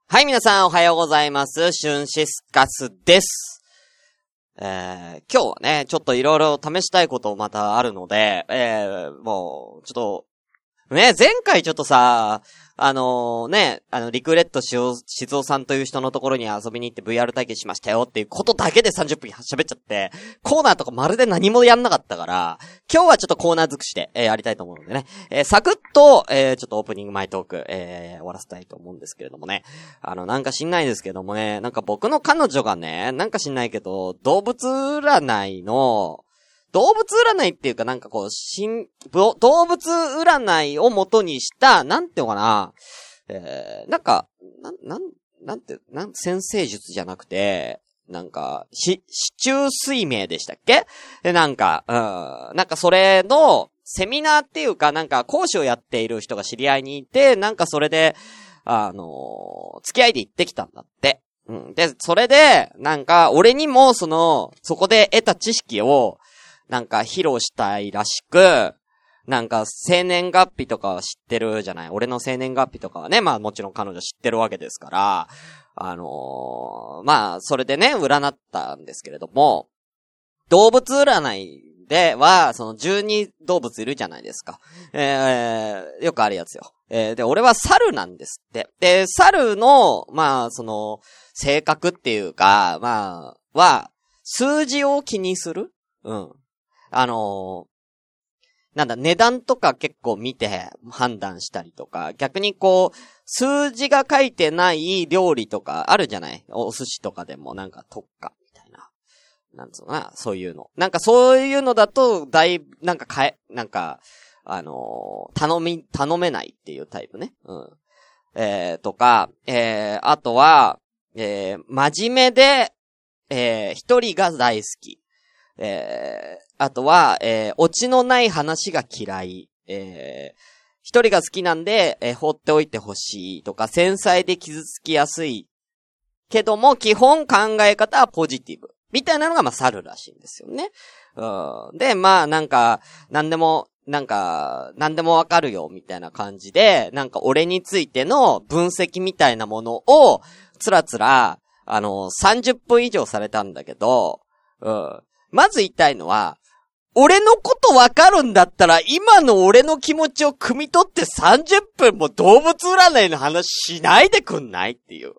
はい、皆さんおはようございます。シュンシスカスです。今日はね、ちょっといろいろ試したいことまたあるので、もう、ちょっと、ね、前回ちょっとさ、リクレット静雄さんという人のところに遊びに行って VR 体験しましたよっていうことだけで30分喋っちゃって、コーナーとかまるで何もやんなかったから、今日はちょっとコーナー尽くして、やりたいと思うのでね、サクッと、ちょっとオープニング前トーク、終わらせたいと思うんですけれどもね、なんか知んないですけどもね、なんか僕の彼女がね、なんか知んないけど、動物占いっていうかなんかこう、動物占いを元にした、なんていうのかな、先生術じゃなくて、なんか、市中水明でしたっけ？で、なんかそれの、セミナーっていうか、なんか講師をやっている人が知り合いにいて、なんかそれで、付き合いで行ってきたんだって。うん。で、それで、なんか、俺にもそこで得た知識を、なんか披露したいらしく、なんか生年月日とかは知ってるじゃない。俺の生年月日とかはね、まあもちろん彼女知ってるわけですから、まあそれでね、占ったんですけれども、動物占いでは、その12動物いるじゃないですか。よくあるやつよ。で、俺は猿なんですって。で、猿の、まあ性格っていうか、まあ、は、数字を気にする？うん。値段とか結構見て判断したりとか、逆にこう、数字が書いてない料理とかあるじゃない？お寿司とかでもなんか特価みたいな。なんつうのかな、そういうの。なんかそういうのだと、頼めないっていうタイプね。うん。とか、あとは、真面目で、一人が大好き。あとは、オチのない話が嫌い。一人が好きなんで、放っておいてほしいとか、繊細で傷つきやすい。けども、基本考え方はポジティブ。みたいなのが、まあ、猿らしいんですよね。で、まあ、なんか、何でもわかるよ、みたいな感じで、なんか俺についての分析みたいなものを、つらつら、30分以上されたんだけど、まず言いたいのは、俺のことわかるんだったら、今の俺の気持ちを汲み取って30分も動物占いの話しないでくんないっていう。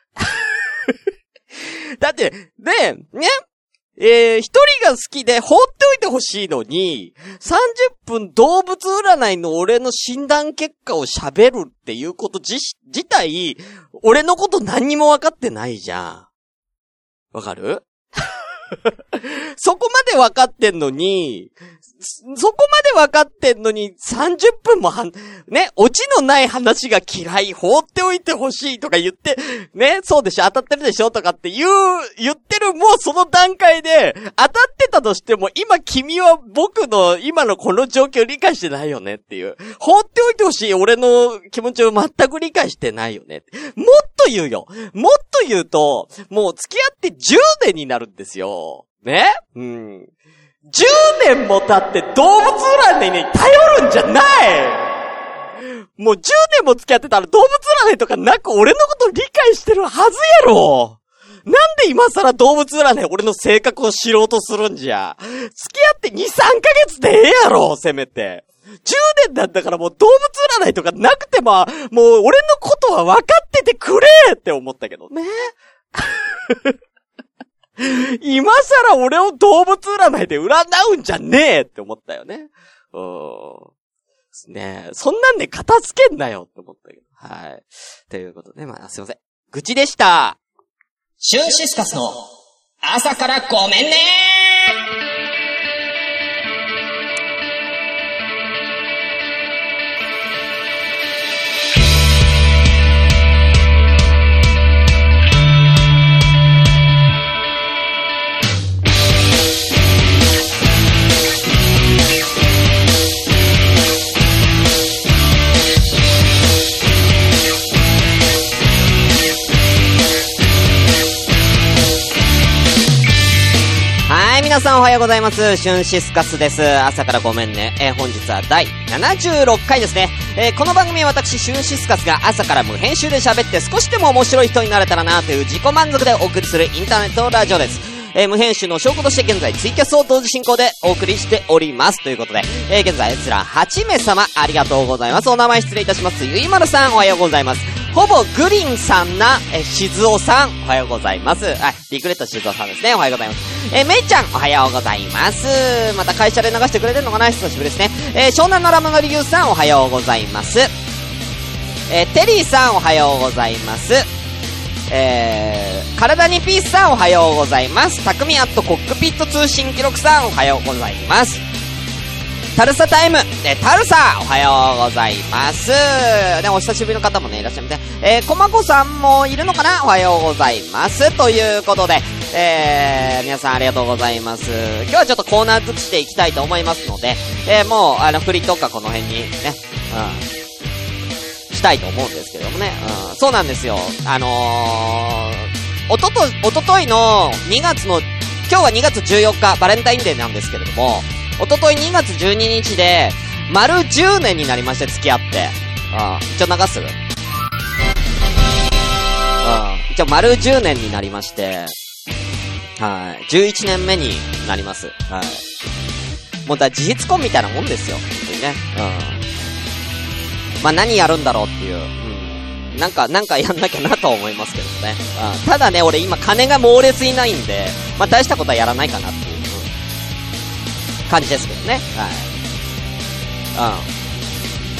だって、ね、一人が好きで放っておいてほしいのに、30分動物占いの俺の診断結果を喋るっていうこと自体、俺のこと何にもわかってないじゃん。わかる？そこまで分かってんのに、30分もオチのない話が嫌い、放っておいてほしいとか言って、ね、そうでしょ、当たってるでしょとかって言ってる、もうその段階で、当たってたとしても、今君は僕の今のこの状況を理解してないよねっていう。放っておいてほしい俺の気持ちを全く理解してないよね。もっと言うよ。もっと言うと、もう付き合って10年になるんですよ。ね？うん。10年も経って動物占いに頼るんじゃない！もう10年も付き合ってたら動物占いとかなく俺のこと理解してるはずやろ！なんで今更動物占い俺の性格を知ろうとするんじゃ。付き合って2、3ヶ月でええやろ、せめて。10年なんだからもう動物占いとかなくても、もう俺のことは分かっててくれって思ったけどね。今更俺を動物占いで占うんじゃねえって思ったよね。ねえ、そんなんで片付けんなよって思ったけど。はい。ということで、まあ、すいません。愚痴でした。 シュンシスカスの朝からごめんねははようございます。シュンシスカスです。朝からごめんね。本日は第76回ですね。この番組は私、シュンシスカスが朝から無編集で喋って少しでも面白い人になれたらなという自己満足でお送りするインターネットラジオです。無編集の証拠として現在ツイキャスを同時進行でお送りしております。ということで、現在閲覧8名様ありがとうございます。お名前失礼いたします。ゆいまるさんおはようございます。ほぼグリンさんな、しずおさんおはようございます。リクレットしずおさんですね。おはようございます。めいちゃんおはようございます。また会社で流してくれてるのかな、久しぶりですね。湘南のラムのりゆうさんおはようございます。テリーさんおはようございます。体にピースさんおはようございます。たくみ@コックピット通信記録さんおはようございます。タルサタイムタルサおはようございます。ね、お久しぶりの方もねいらっしゃいますね。コマコさんもいるのかな、おはようございますということで、皆さんありがとうございます。今日はちょっとコーナー尽くしていきたいと思いますので、もうフリとかこの辺にね、したいと思うんですけれどもね。そうなんですよ。おとといの2月の、今日は2月14日、バレンタインデーなんですけれども、おととい2月12日で、丸10年になりまして、付き合って。一応流す？一応丸10年になりまして、はい。11年目になります。はい。もう事実婚みたいなもんですよ。本当にね。まあ、何やるんだろうっていう。なんかやんなきゃなと思いますけどね。ただね、俺今金が猛烈にないんで、まあ、大したことはやらないかなっていう、感じですけどね。はい。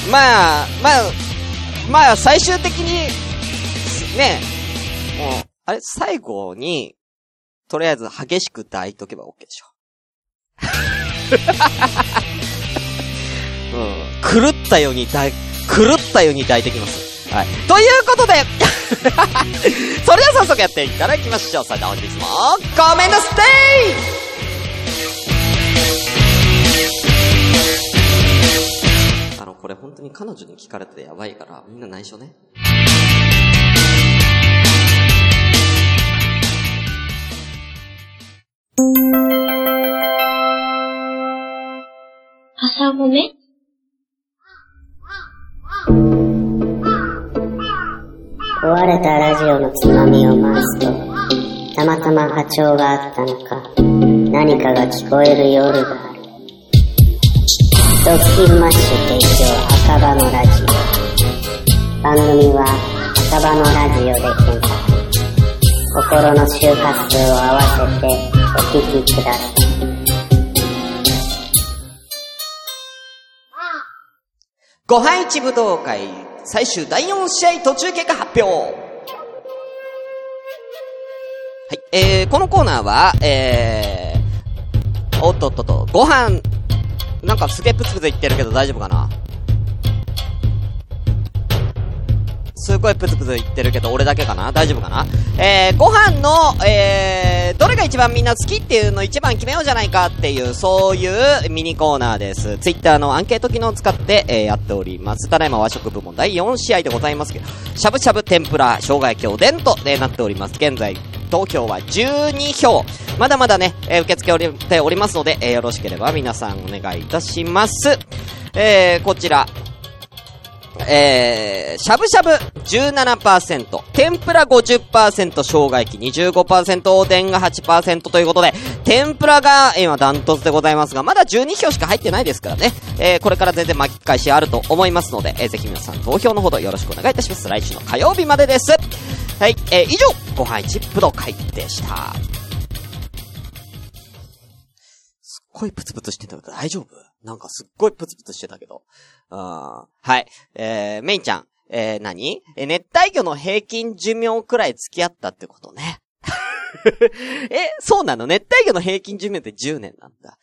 まあ、最終的に、ね、もう、最後に、とりあえず激しく抱いとけば OK でしょ。狂ったように抱いてきます。はい。ということで、それでは早速やっていただきましょう。それでは本日も、ごめんなさい。これ本当に彼女に聞かれてやばいから、みんな内緒ね。 朝ごめ壊れたラジオのつまみを回すと、たまたま波長があったのか、何かが聞こえる夜がある。ドッキンマッシュ提供赤羽のラジオ。番組は赤羽のラジオで検索。心の周波数を合わせてお聞きください。 ご飯一武道会最終第4試合途中結果発表。はい、このコーナーは、おっとっとっと、ご飯、なんかすげえプツプツ言ってるけど大丈夫かな。すごいプツプツ言ってるけど俺だけかな、大丈夫かな。ご飯の、どれが一番みんな好きっていうのを一番決めようじゃないかっていう、そういうミニコーナーです。ツイッターのアンケート機能を使って、やっております。ただいま和食部門第4試合でございますけど、しゃぶしゃぶ天ぷら生姜焼きおでんと、なっております。現在投票は12票。まだまだね、受け付けておりますので、よろしければ皆さんお願いいたします。こちら。しゃぶしゃぶ 17%、天ぷら 50%、生姜焼き 25%、おでんが 8% ということで、天ぷらが今ダントツでございますが、まだ12票しか入ってないですからね。これから全然巻き返しあると思いますので、ぜひ皆さん投票のほどよろしくお願いいたします。来週の火曜日までです。はい、以上、ご飯一武道会でした。すっごいプツプツしてたけど大丈夫？なんかすっごいプツプツしてたけど。はい。メインちゃん、何？熱帯魚の平均寿命くらい付き合ったってことね。そうなの？熱帯魚の平均寿命って10年なんだ。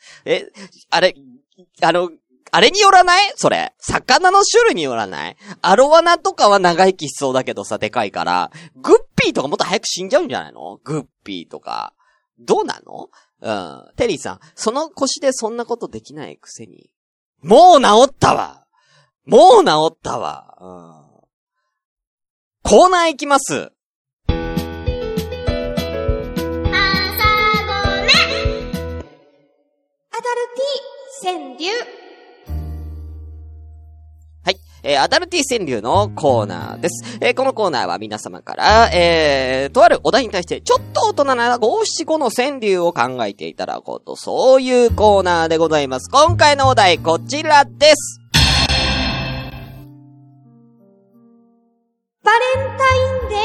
あれによらない？それ。魚の種類によらない？アロワナとかは長生きしそうだけどさ、でかいから。グッピーとかもっと早く死んじゃうんじゃないの？グッピーとか。どうなの？テリーさん、その腰でそんなことできないくせに。もう治ったわ。コーナー行きます。 アダルティ川柳。 はい。アダルティ川柳のコーナーです。このコーナーは皆様から、とあるお題に対してちょっと大人な五七五の川柳を考えていただこうと、そういうコーナーでございます。今回のお題、こちらです。 バレンタインデー。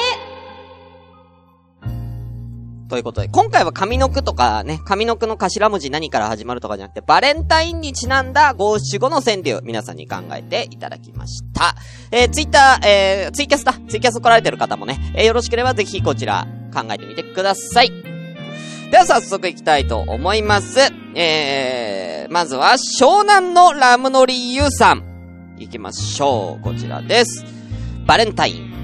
ということで、今回は上の句とかね、上の句の頭文字何から始まるとかじゃなくて、バレンタインにちなんだ五七五の川柳、皆さんに考えていただきました。ツイキャス来られてる方もね、よろしければぜひこちら考えてみてください。では早速行きたいと思います。まずは湘南のラムノリユウさん。行きましょう。こちらです。バレンタイン。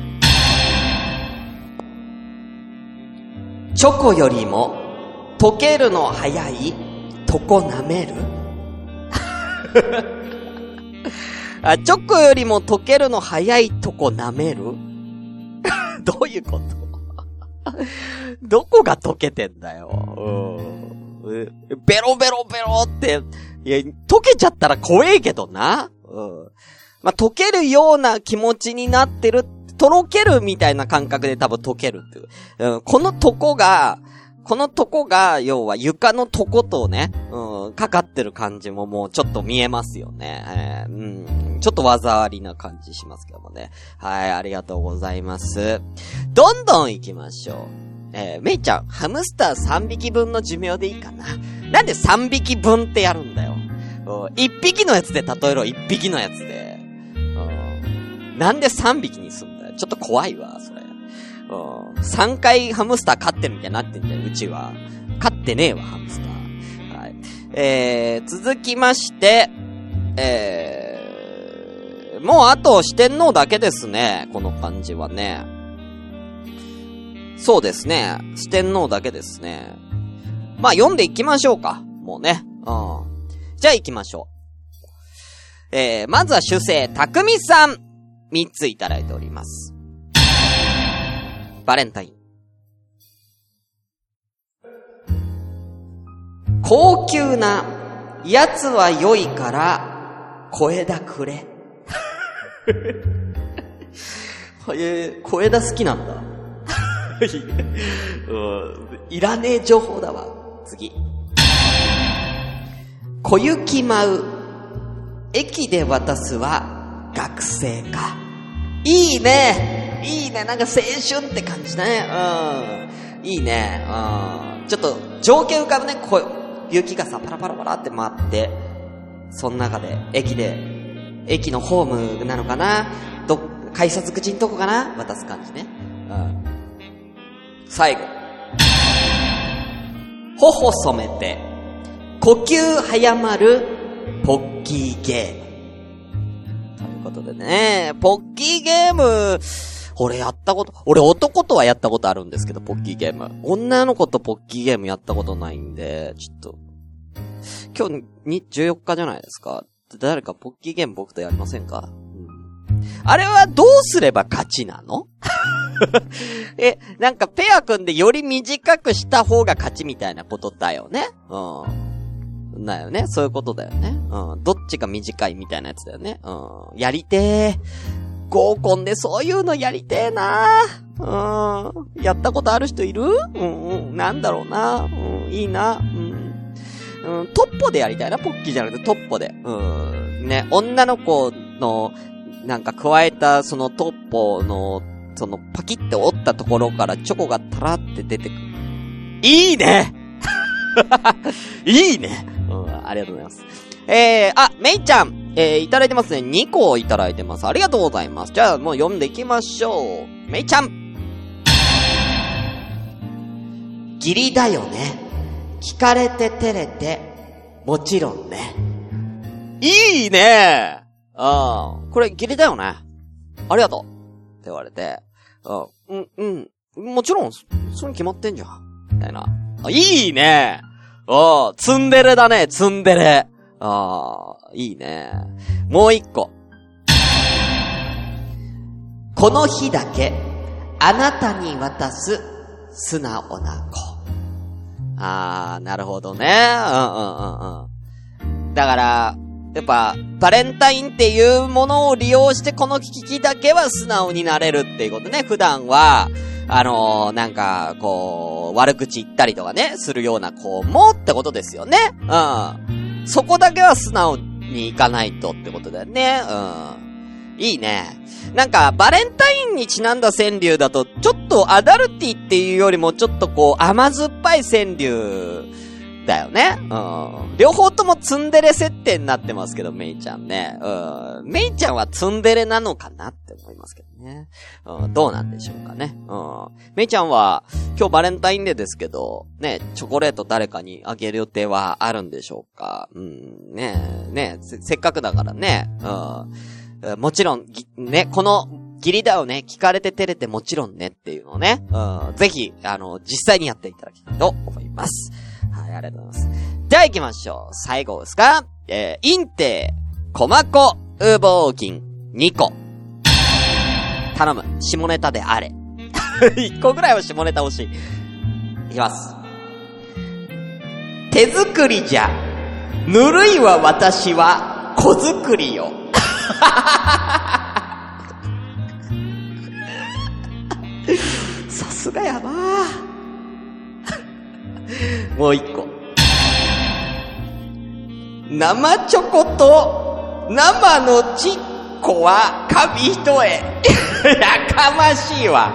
チョコよりも溶けるの早いとこ舐めるチョコよりも溶けるの早いとこ舐めるどういうことどこが溶けてんだよ。ベロベロベロって、いや、溶けちゃったら怖えけどな。まあ、溶けるような気持ちになってる、とろけるみたいな感覚で多分溶けるっていう。このとこが、要は床のとことね、かかってる感じももうちょっと見えますよね。ちょっと技ありな感じしますけどもね。はい、ありがとうございます。どんどん行きましょう。めいちゃん、ハムスター3匹分の寿命でいいかな。なんで3匹分ってやるんだよ。1匹のやつで例えろ、1匹のやつで。なんで3匹にすんだよ。ちょっと怖いわ、それ。3回ハムスター飼ってるみたいになってんじゃん、うちは。飼ってねえわ、ハムスター。はい。続きまして、もうあと四天王だけですね、この感じはね。そうですね、四天王だけですね。まあ読んでいきましょうか、もうね。じゃあ行きましょう。まずは主生、たくみさん。3ついただいております。バレンタイン。高級なやつは良いから小枝くれ。小枝好きなんだ。いらねえ情報だわ。次。小雪舞う駅で渡すは学生か。いいね。いいね。なんか青春って感じだね。いいね。ちょっと情景浮かぶね。雪がさ、パラパラパラって回って、その中で、駅のホームなのかな、改札口のとこかな、渡す感じね。最後。頬染めて、呼吸早まる、ポッキーゲーム。ということでね、ポッキーゲーム、俺男とはやったことあるんですけど、ポッキーゲーム。女の子とポッキーゲームやったことないんで、ちょっと、今日14日じゃないですか。誰かポッキーゲーム僕とやりませんか？あれはどうすれば勝ちなの？なんかペア組んでより短くした方が勝ちみたいなことだよね。だよね。そういうことだよね。どっちが短いみたいなやつだよね。やりてー。合コンでそういうのやりてーなー。やったことある人いる？なんだろうな。いいな。トッポでやりたいな。ポッキーじゃなくてトッポで。ね、女の子の、なんか加えたそのトッポの、そのパキって折ったところからチョコがタラって出てくる。いいねいいね。ありがとうございます。めいちゃん。いただいてますね。2個いただいてます。ありがとうございます。じゃあもう読んでいきましょう。めいちゃん。義理だよね。聞かれて照れて、もちろんね。いいね。これ義理だよね。ありがとう。って言われて、もちろん、それ決まってんじゃん。みたいな。いいね。ツンデレだね、ツンデレ。いいね。もう一個。この日だけ、あなたに渡す、素直な子。なるほどね。 だから、やっぱ、バレンタインっていうものを利用してこの危機だけは素直になれるっていうことね。普段は、なんか、こう、悪口言ったりとかね、するような子もってことですよね。うん。そこだけは素直にいかないとってことだよね。うん。いいね。なんか、バレンタインにちなんだ川柳だと、ちょっとアダルティっていうよりもちょっとこう、甘酸っぱい川柳だよね。うん。両方ともツンデレ設定になってますけど、メイちゃんね。うん。メイちゃんはツンデレなのかなって思いますけどね。うん。どうなんでしょうかね。うん。メイちゃんは、今日バレンタインデーですけど、ね、チョコレート誰かにあげる予定はあるんでしょうか。うん。ね、せっかくだからね。うん。もちろん、ね、この、ギリダをね、聞かれて照れてもちろんねっていうのをね、ぜひ、実際にやっていただきたいと思います。はい、ありがとうございます。では行きましょう。最後ですか？インテー、コマコ、ウボウギン、2個。頼む。下ネタであれ。1個ぐらいは下ネタ欲しい。いきます。手作りじゃ、ぬるいわ私は、子作りよ。さすがやなもう一個。生チョコと生のチッコは紙一重。やかましいわ。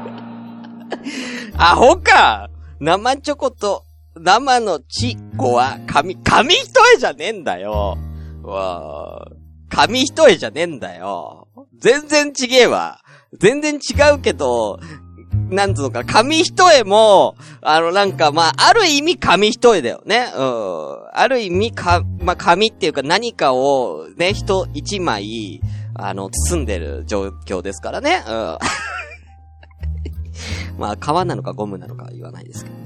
アホか。生チョコと生のチッコは紙一重じゃねえんだよ。わあ。紙一重じゃねえんだよ。全然違えわ。全然違うけど、なんつうのか、紙一重も、なんか、まあ、ある意味紙一重だよね。うん。ある意味まあ、紙っていうか何かをね、一枚、包んでる状況ですからね。うん。まあ、革なのかゴムなのかは言わないですけ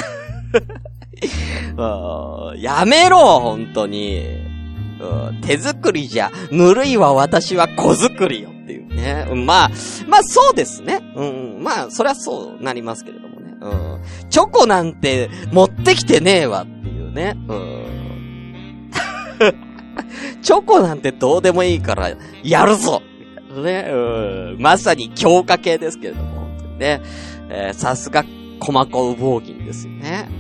どね。やめろ、本当に。手作りじゃ、ぬるいわ私は子作りよっていうね。まあそうですね。まあ、そりゃそうなりますけれどもね。チョコなんて持ってきてねえわっていうね。チョコなんてどうでもいいからやるぞね。まさに強化系ですけれども。ね。さすが、コマコウボウギンですよね。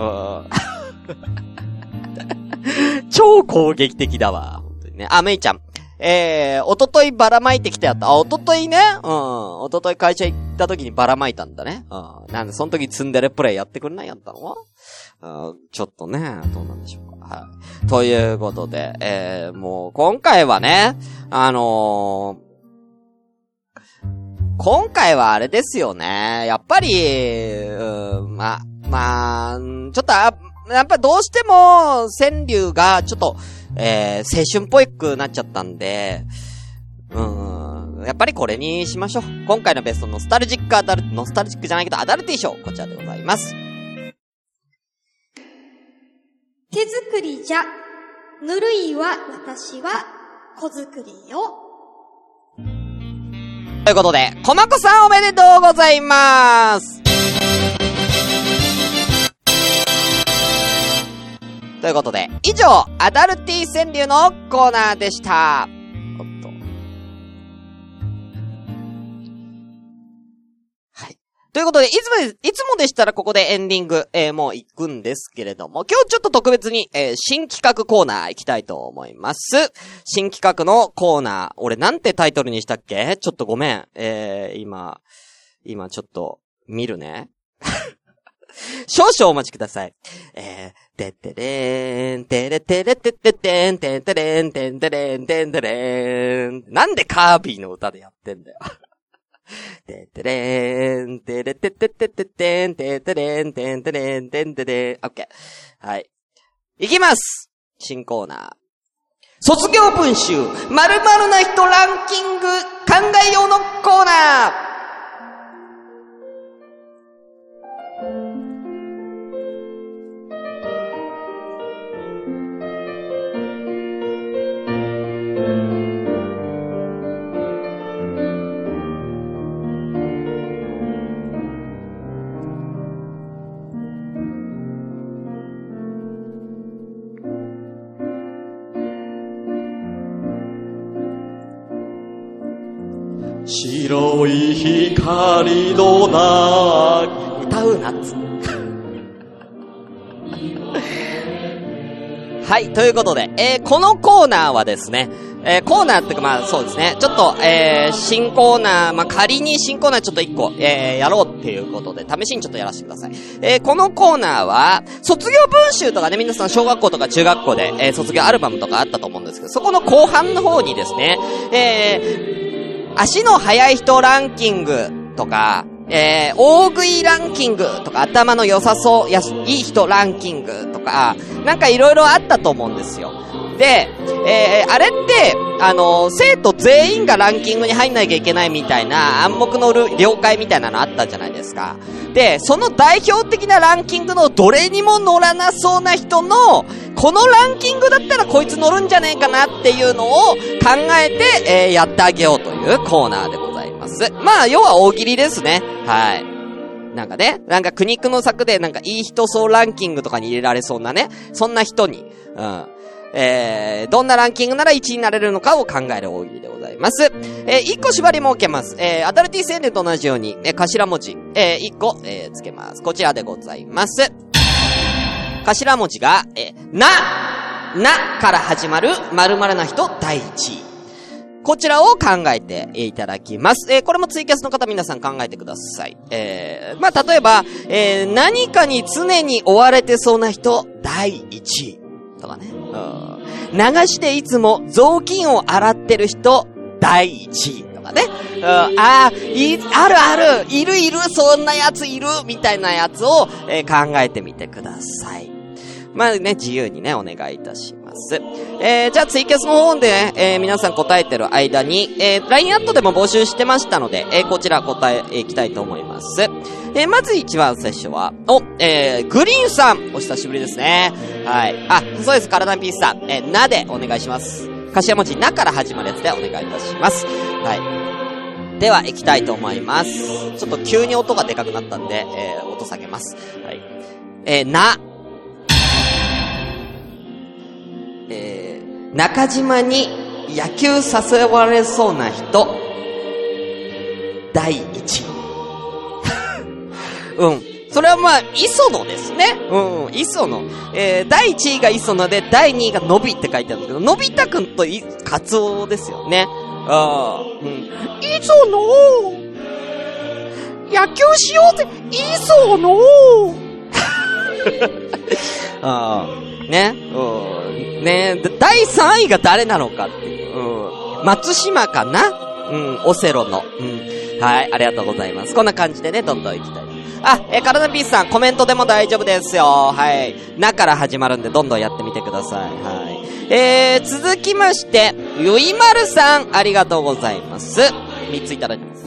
超攻撃的だわ。本当にね。メイちゃん。おとといばらまいてきたやった。おとといね。おととい会社行った時にばらまいたんだね。なんで、その時ツンデレプレイやってくれないやったの？ちょっとね、どうなんでしょうか。はい。ということで、もう、今回はね、今回はあれですよね。やっぱり、ちょっとやっぱどうしても、川柳がちょっと、青春っぽくなっちゃったんで、やっぱりこれにしましょう。今回のベストノスタルジックじゃないけどアダルティ賞、こちらでございます。 手作りじゃ、ぬるいわ私は子作りよ。 ということで、コマコさんおめでとうございます。ということで、以上、アダルティ川柳のコーナーでした。おっと。はい。ということで、いつもでしたらここでエンディング、もう行くんですけれども、今日ちょっと特別に、新企画コーナー行きたいと思います。新企画のコーナー、俺なんてタイトルにしたっけ？ちょっとごめん。今ちょっと、見るね。少々お待ちください。てってれーん、てれてれてっててん、てんてれん、てんてれん、てんてれん。なんでカービィの歌でやってんだよ。てってれーん、てれてってっててん、てんてれん、てんてれん、てんてれん。オッケー。はい。いきます。新コーナー。卒業文集、〇〇な人ランキング、考えようのコーナー。 白い光の中、歌うなっつはい、ということで、このコーナーはですね、コーナーっていうかまあそうですね、ちょっと、新コーナー、まあ仮に新コーナーちょっと1個、やろうっていうことで、試しにちょっとやらせてください。このコーナーは、卒業文集とかね、皆さん小学校とか中学校で、卒業アルバムとかあったと思うんですけど、そこの後半の方にですね、足の速い人ランキングとか、大食いランキングとか、頭の良さそう、いい人ランキングとか、なんかいろいろあったと思うんですよ。で、あれって、生徒全員がランキングに入んなきゃいけないみたいな暗黙の了解みたいなのあったじゃないですか。で、その代表的なランキングのどれにも乗らなそうな人の、このランキングだったらこいつ乗るんじゃねえかなっていうのを考えて、やってあげようというコーナーでございます。まあ、要は大喜利ですね。はい。なんかね、なんか苦肉の策でなんかいい人そうランキングとかに入れられそうなね、そんな人に、どんなランキングなら1位になれるのかを考える大喜利でございます。1個縛り設けます。アダルティ宣伝と同じように、頭文字、1個、つけます。こちらでございます。頭文字が、なから始まる〇〇な人第1位。こちらを考えていただきます。これもツイキャスの方皆さん考えてください。まあ、例えば、何かに常に追われてそうな人第1位。とかね。流していつも雑巾を洗ってる人第1位とかね。ある、いる、そんなやついる、みたいなやつを、考えてみてください。まあね、自由にね、お願いいたします。じゃあツイキャスの方でね、皆さん答えてる間に、LINE アットでも募集してましたので、こちら答えいきたいと思います。まず一番最初は、グリーンさん、お久しぶりですね。はい。あ、そうです、カラダンピースさん、なでお願いします。頭文字なから始まるやつでお願いいたします。はい。では、行きたいと思います。ちょっと急に音がでかくなったんで、音下げます。はい。中島に野球誘われそうな人第1位。うん。それはまあ、磯野ですね。うん、磯野。第1位が磯野で、第2位がのびって書いてあるんですけど、のび太くんとカツオですよね。うん。磯野野球しようぜ磯野ね。ね、第3位が誰なのかっていう。松島かな？オセロの。はい、ありがとうございます。こんな感じでね、どんどん行きたい。あ、カラダピースさん、コメントでも大丈夫ですよ。はい。なから始まるんで、どんどんやってみてください。はい。続きまして、ゆいまるさん、ありがとうございます。3ついただきます。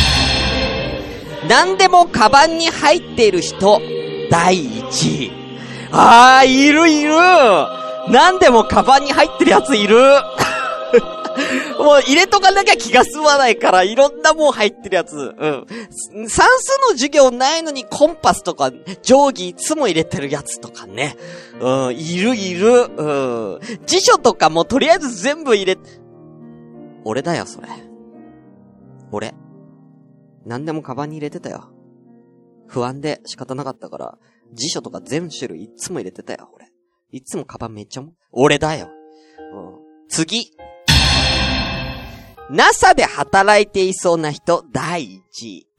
何でもカバンに入っている人、第1位。いる。何でもカバンに入ってるやついる。もう入れとかなきゃ気が済まないから、いろんなもん入ってるやつ。算数の授業ないのにコンパスとか定規いつも入れてるやつとかね。いる。辞書とかもとりあえず全部入れ、俺だよ、それ。俺。何でもカバンに入れてたよ。不安で仕方なかったから、辞書とか全種類いつも入れてたよ、俺。いつもカバンめっちゃ俺だよ。次。NASA で働いていそうな人第1位。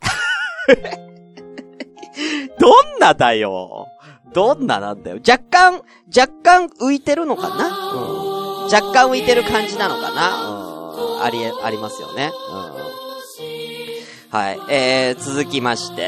どんなだよ。どんななんだよ。若干浮いてるのかな？若干浮いてる感じなのかな？ありますよね。はい。続きまして、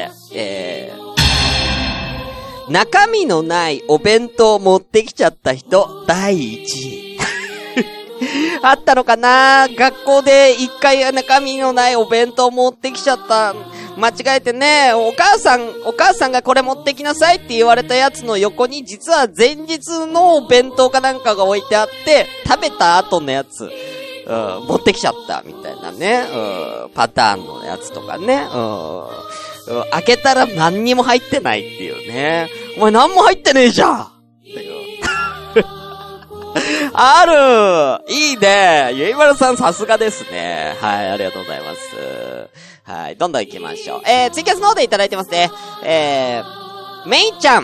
中身のないお弁当を持ってきちゃった人第1位。あったのかな？学校で一回中身のないお弁当持ってきちゃった。間違えてね、お母さんがこれ持ってきなさいって言われたやつの横に実は前日のお弁当かなんかが置いてあって、食べた後のやつ、持ってきちゃったみたいなね、パターンのやつとかね、開けたら何にも入ってないっていうね。お前何も入ってねえじゃんっていう。 あるいいね。ゆいまるさんさすがですね。はい、ありがとうございます。はい、どんどん行きましょう。ツイキャスの方でいただいてますね。めいちゃん。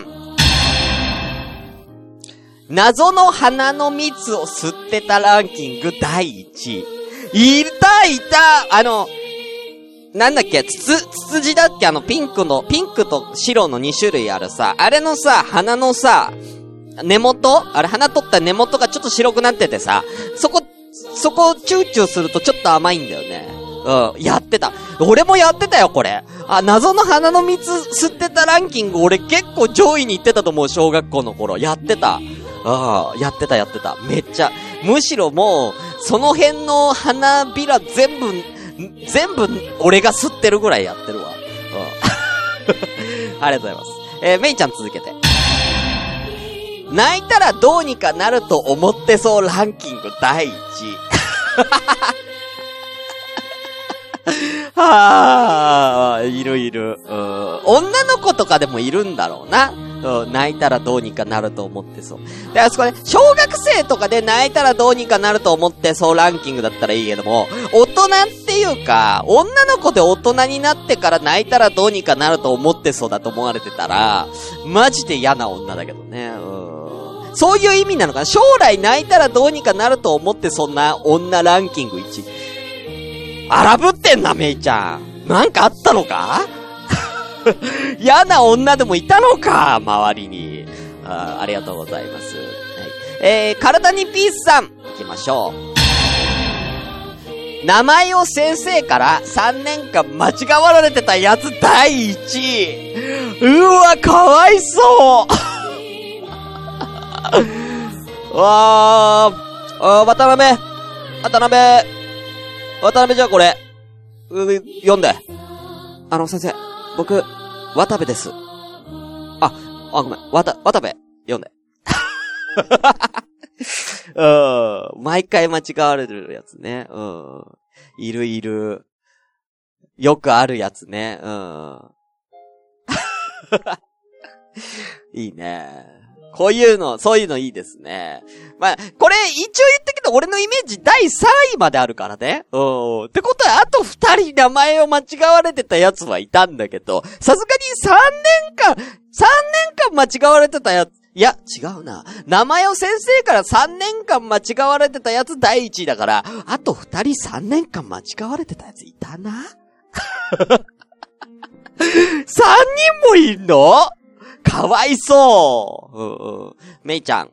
謎の花の蜜を吸ってたランキング第1位。いたなんだっけ、ツツジだっけ、ピンクと白の2種類あるさ、あれのさ、花のさ、根元あれ花取った根元がちょっと白くなっててさ、そこチューチューするとちょっと甘いんだよね。やってた。俺もやってたよ、これ。謎の花の蜜吸ってたランキング、俺結構上位に行ってたと思う、小学校の頃。やってた。やってた。めっちゃ。むしろもう、その辺の花びら全部、俺が吸ってるぐらいやってるわ。ありがとうございます。めいちゃん続けて。泣いたらどうにかなると思ってそうランキング第1位。いる。女の子とかでもいるんだろうな。泣いたらどうにかなると思ってそう。で、あそこね、小学生とかで泣いたらどうにかなると思ってそうランキングだったらいいけども、大人っていうか、女の子で大人になってから泣いたらどうにかなると思ってそうだと思われてたら、マジで嫌な女だけどね。そういう意味なのかな。将来泣いたらどうにかなると思ってそんな女ランキング1。荒ぶってんな、めいちゃん。なんかあったのか嫌な女でもいたのか周りに。ありがとうございます。はい、体にピースさん。行きましょう。名前を先生から3年間間違われてたやつ第1位。うわ、かわいそう渡辺じゃあこれ。読んで。先生。僕、渡部です。ごめん。渡部。読んで。毎回間違われるやつね。いる。よくあるやつね。いいね。そういうのいいですね。まあ、これ一応言ったけど、俺のイメージ第3位まであるからね。ってことは、あと2人名前を間違われてたやつはいたんだけど、さすがに3年間間違われてたやつ、いや、違うな。名前を先生から3年間間違われてたやつ第1位だから、あと2人3年間間違われてたやついたな3人もいんの？かわいそう。めいちゃん。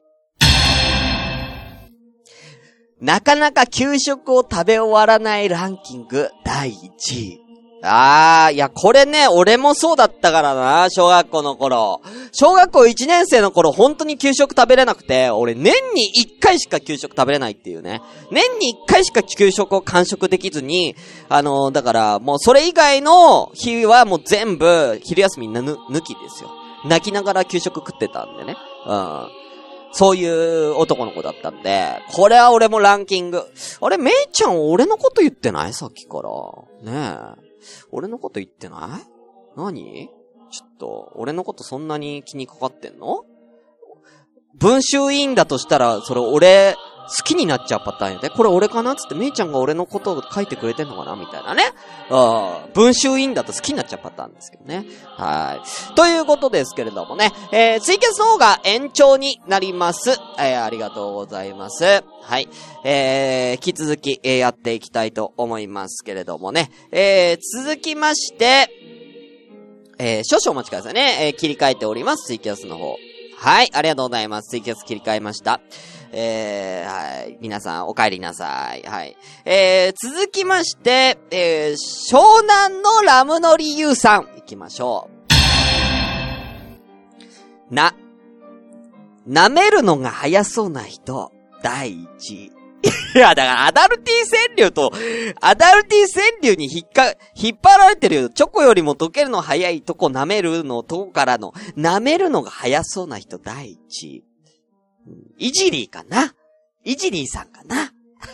なかなか給食を食べ終わらないランキング第1位。いや、これね、俺もそうだったからな、小学校の頃。小学校1年生の頃、本当に給食食べれなくて、俺年に1回しか給食食べれないっていうね。年に1回しか給食を完食できずに、だから、もうそれ以外の日はもう全部、昼休み抜きですよ。泣きながら給食食ってたんでね。そういう男の子だったんで、これは俺もランキング。あれ、めいちゃん俺のこと言ってない？さっきから。ねえ。俺のこと言ってない？何？ちょっと、俺のことそんなに気にかかってんの？文集委員だとしたら、それ俺、好きになっちゃうパターンやで。これ俺かなつって、めいちゃんが俺のことを書いてくれてんのかなみたいなね。文集委員だと好きになっちゃうパターンですけどね。はい。ということですけれどもね。ツイキャスの方が延長になります。ありがとうございます。はい。引き続き、やっていきたいと思いますけれどもね。続きまして、少々お待ちくださいね。切り替えております。ツイキャスの方。はい。ありがとうございます。ツイキャス切り替えました。はい。皆さん、お帰りなさい。はい。続きまして、湘南のラムノリユウさん。行きましょう。舐めるのが早そうな人、第1位。いや、だからアダルティ川柳に引っ張られてるよ。チョコよりも溶けるの早いとこ舐めるのとこからの、舐めるのが早そうな人、第1位。イジリーかな？イジリーさんかな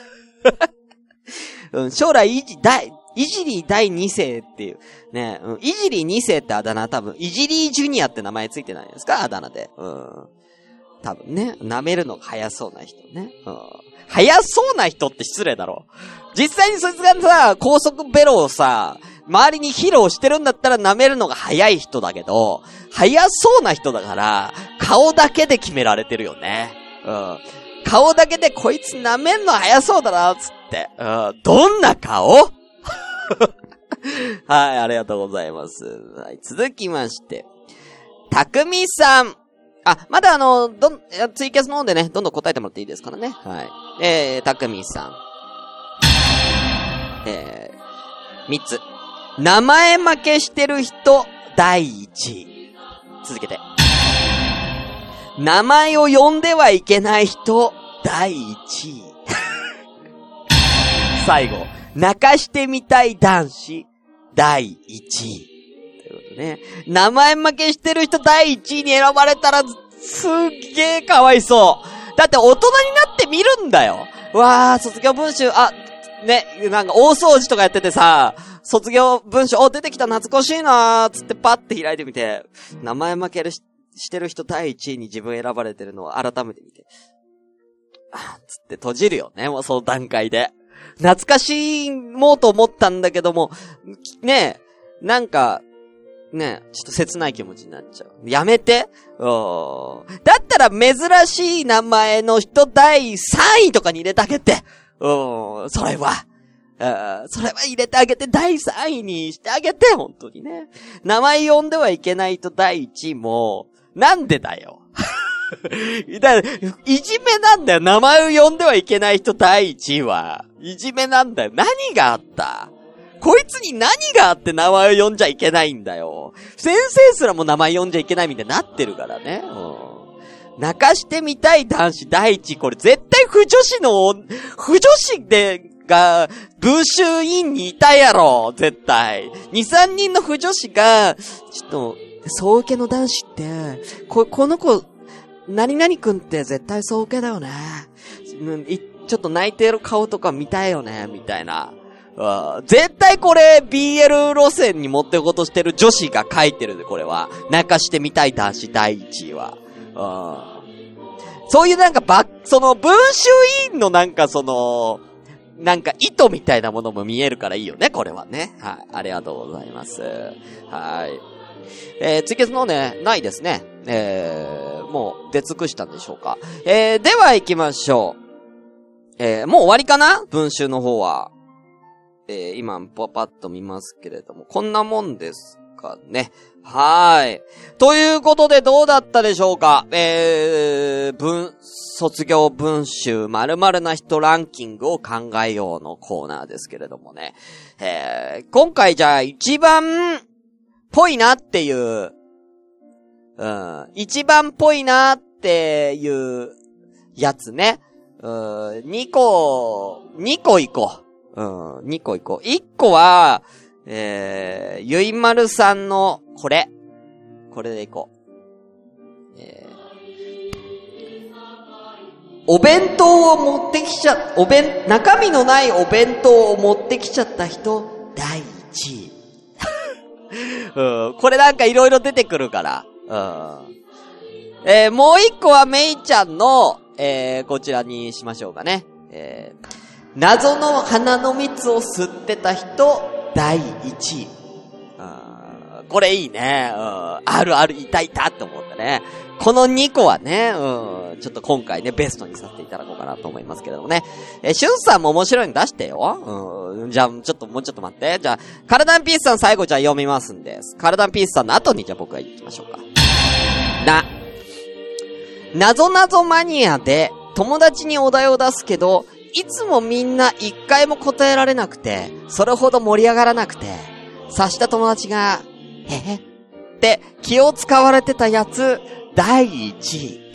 将来イジリー第2世っていう。ね、イジリー2世ってあだ名多分、イジリージュニアって名前ついてないですか？あだ名で。 多分ね。舐めるのが早そうな人ね。早そうな人って失礼だろ。実際にそいつがさ、高速ベロをさ、周りに披露してるんだったら舐めるのが早い人だけど、早そうな人だから、顔だけで決められてるよね。顔だけでこいつ舐めんの早そうだな、つって。どんな顔はい、ありがとうございます。はい、続きまして。たくみさん。まだツイキャスの方でね、どんどん答えてもらっていいですからね。はい。たくみさん。3つ。名前負けしてる人、第1位。続けて。名前を呼んではいけない人、第1位。最後。泣かしてみたい男子、第1位。ということね。名前負けしてる人第1位に選ばれたら、すっげーかわいそう。だって大人になって見るんだよ。わー、卒業文集、ね、なんか大掃除とかやっててさ、卒業文集、出てきた懐かしいなーつってパッて開いてみて、名前負けしてる人第1位に自分選ばれてるのを改めて見て、つって閉じるよね、もうその段階で。懐かしいもうと思ったんだけども、ねえ、なんか、ねえ、ちょっと切ない気持ちになっちゃう。やめて。だったら珍しい名前の人第3位とかに入れてあげて。それは入れてあげて第3位にしてあげて、本当にね。名前呼んではいけない人第1位も、なんでだよ。だからいじめなんだよ。名前を呼んではいけない人第1位は。いじめなんだよ。何があった？こいつに何があって名前を呼んじゃいけないんだよ。先生すらも名前呼んじゃいけないみたいになってるからね。泣かしてみたい男子第1位。これ絶対不女子が、文集員にいたやろ。絶対。2、3人の不女子が、ちょっと、総受けの男子って、この子、何々くんって絶対総受けだよね。ちょっと泣いてる顔とか見たいよね、みたいな。絶対これ BL 路線に持っていこうとしてる女子が書いてるで、これは。泣かしてみたい男子第1位は。そういうなんかその文集委員のなんかなんか意図みたいなものも見えるからいいよね、これはね。はい。ありがとうございます。はい。ツイキャスのね、ないですね。もう出尽くしたんでしょうか。では行きましょう。もう終わりかな？文集の方は。今、パッと見ますけれども、こんなもんですかね。はい。ということで、どうだったでしょうか？卒業文集〇〇な人ランキングを考えようのコーナーですけれどもね。今回じゃあ一番ぽいなっていう、一番ぽいなっていうやつね。2個いこう。2個いこう。1個は、ゆいまるさんのこれでいこう。お弁当を持ってきちゃ、中身のないお弁当を持ってきちゃった人、第1位。これなんかいろいろ出てくるから。もう一個はめいちゃんの、こちらにしましょうかね。謎の花の蜜を吸ってた人、第1位。これいいね。ある、いたって思ったね。この2個はね、ちょっと今回ね、ベストにさせていただこうかなと思いますけどもね。しゅんさんも面白いの出してよ。じゃあ、もうちょっと待って。じゃあ、カラダンピースさん最後じゃあ読みますんで。カラダンピースさんの後にじゃあ僕が行きましょうか。謎マニアで友達にお題を出すけど、いつもみんな一回も答えられなくて、それほど盛り上がらなくて、察した友達が、へへって気を使われてたやつ、第1位。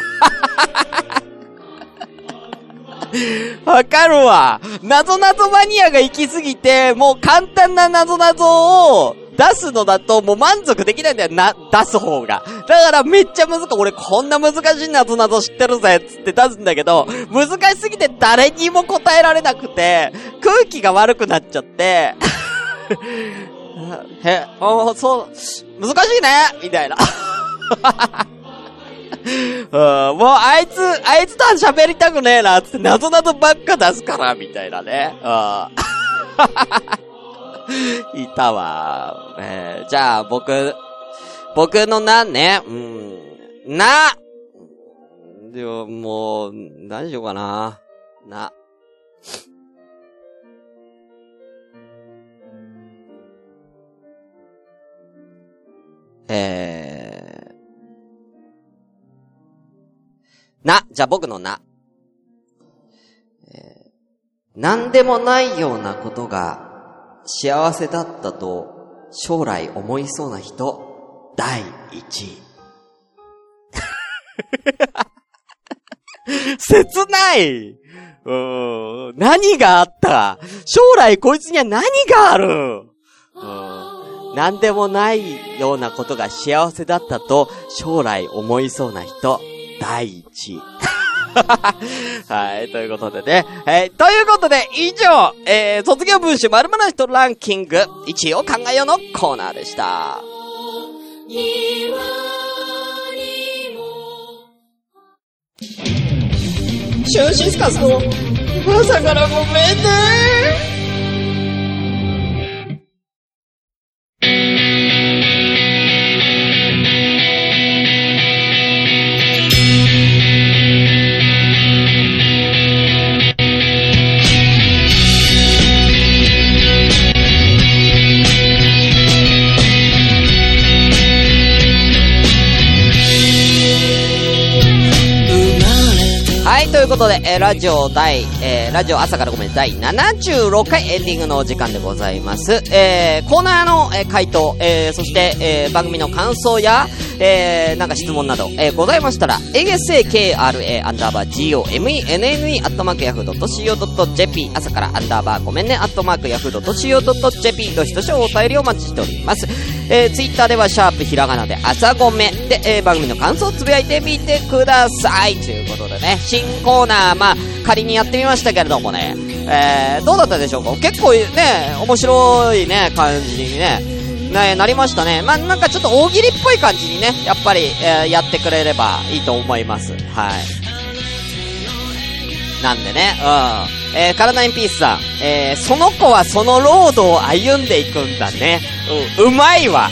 わかるわ。謎マニアが行き過ぎて、もう簡単な謎を出すのだともう満足できないんだよ出す方が。だからめっちゃ難しい。俺こんな難しい謎知ってるぜつって出すんだけど、難しすぎて誰にも答えられなくて、空気が悪くなっちゃって、そう、難しいねみたいな。 もうあいつとは喋りたくねえなって謎々ばっか出すからみたいなね。いたわ。じゃあ僕のなね、でももう何しようかな。じゃあ僕のなんでもないようなことが幸せだったと将来思いそうな人第1位。切ない。何があった？将来こいつには何がある？なんでもないようなことが幸せだったと将来思いそうな人第1位。はい、ということでね。ということで以上、卒業文集〇〇な人ランキング1位を考えようのコーナーでした。 シュンシスカスの朝からごめんね。 ということで、ラジオ朝からごめん第76回エンディングのお時間でございます。コーナーの、回答、そして、番組の感想や、なんか質問など、ございましたら、asakra_gomenne@yahoo.co.jp 朝からごめんね@yahoo.co.jp どしどしお便りをお待ちしております。ツイッターではシャープひらがなで朝ごめで、番組の感想をつぶやいてみてください。ということでね、新コーナー、仮にやってみましたけれどもね、どうだったでしょうか？結構ね、面白いね、感じにね、なりましたね。なんかちょっと大喜利っぽい感じにね、やっぱり、やってくれればいいと思います。はい。なんでね、カラナインピースさん、その子はそのロードを歩んでいくんだね。うまいわ。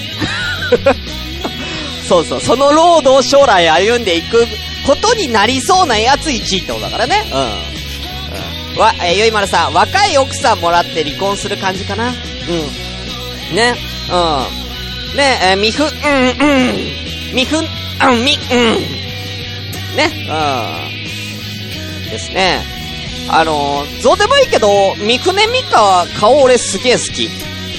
そう、そのロードを将来歩んでいくことになりそうなやつ1位ってことだからね。ゆいまるさん、若い奥さんもらって離婚する感じかな。ね。ね、ね、ですね。どうでもいいけど、三船美香顔俺すげえ好き。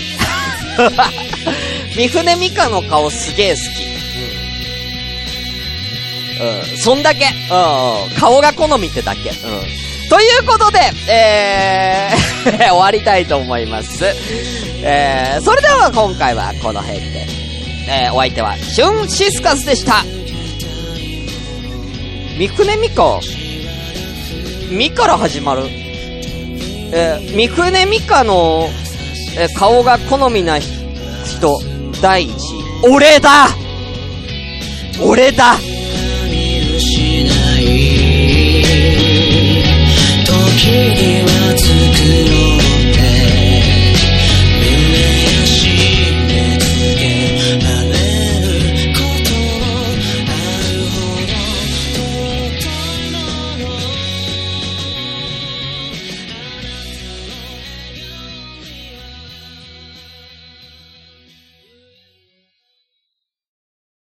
三船美香の顔すげえ好き。そんだけ。顔が好みってだけ。ということで、終わりたいと思います。それでは今回はこの辺で。お相手はシュンシスカスでした。三船美香ミから始まる。三船美香の、顔が好みな人第一位。俺だ時には作ろう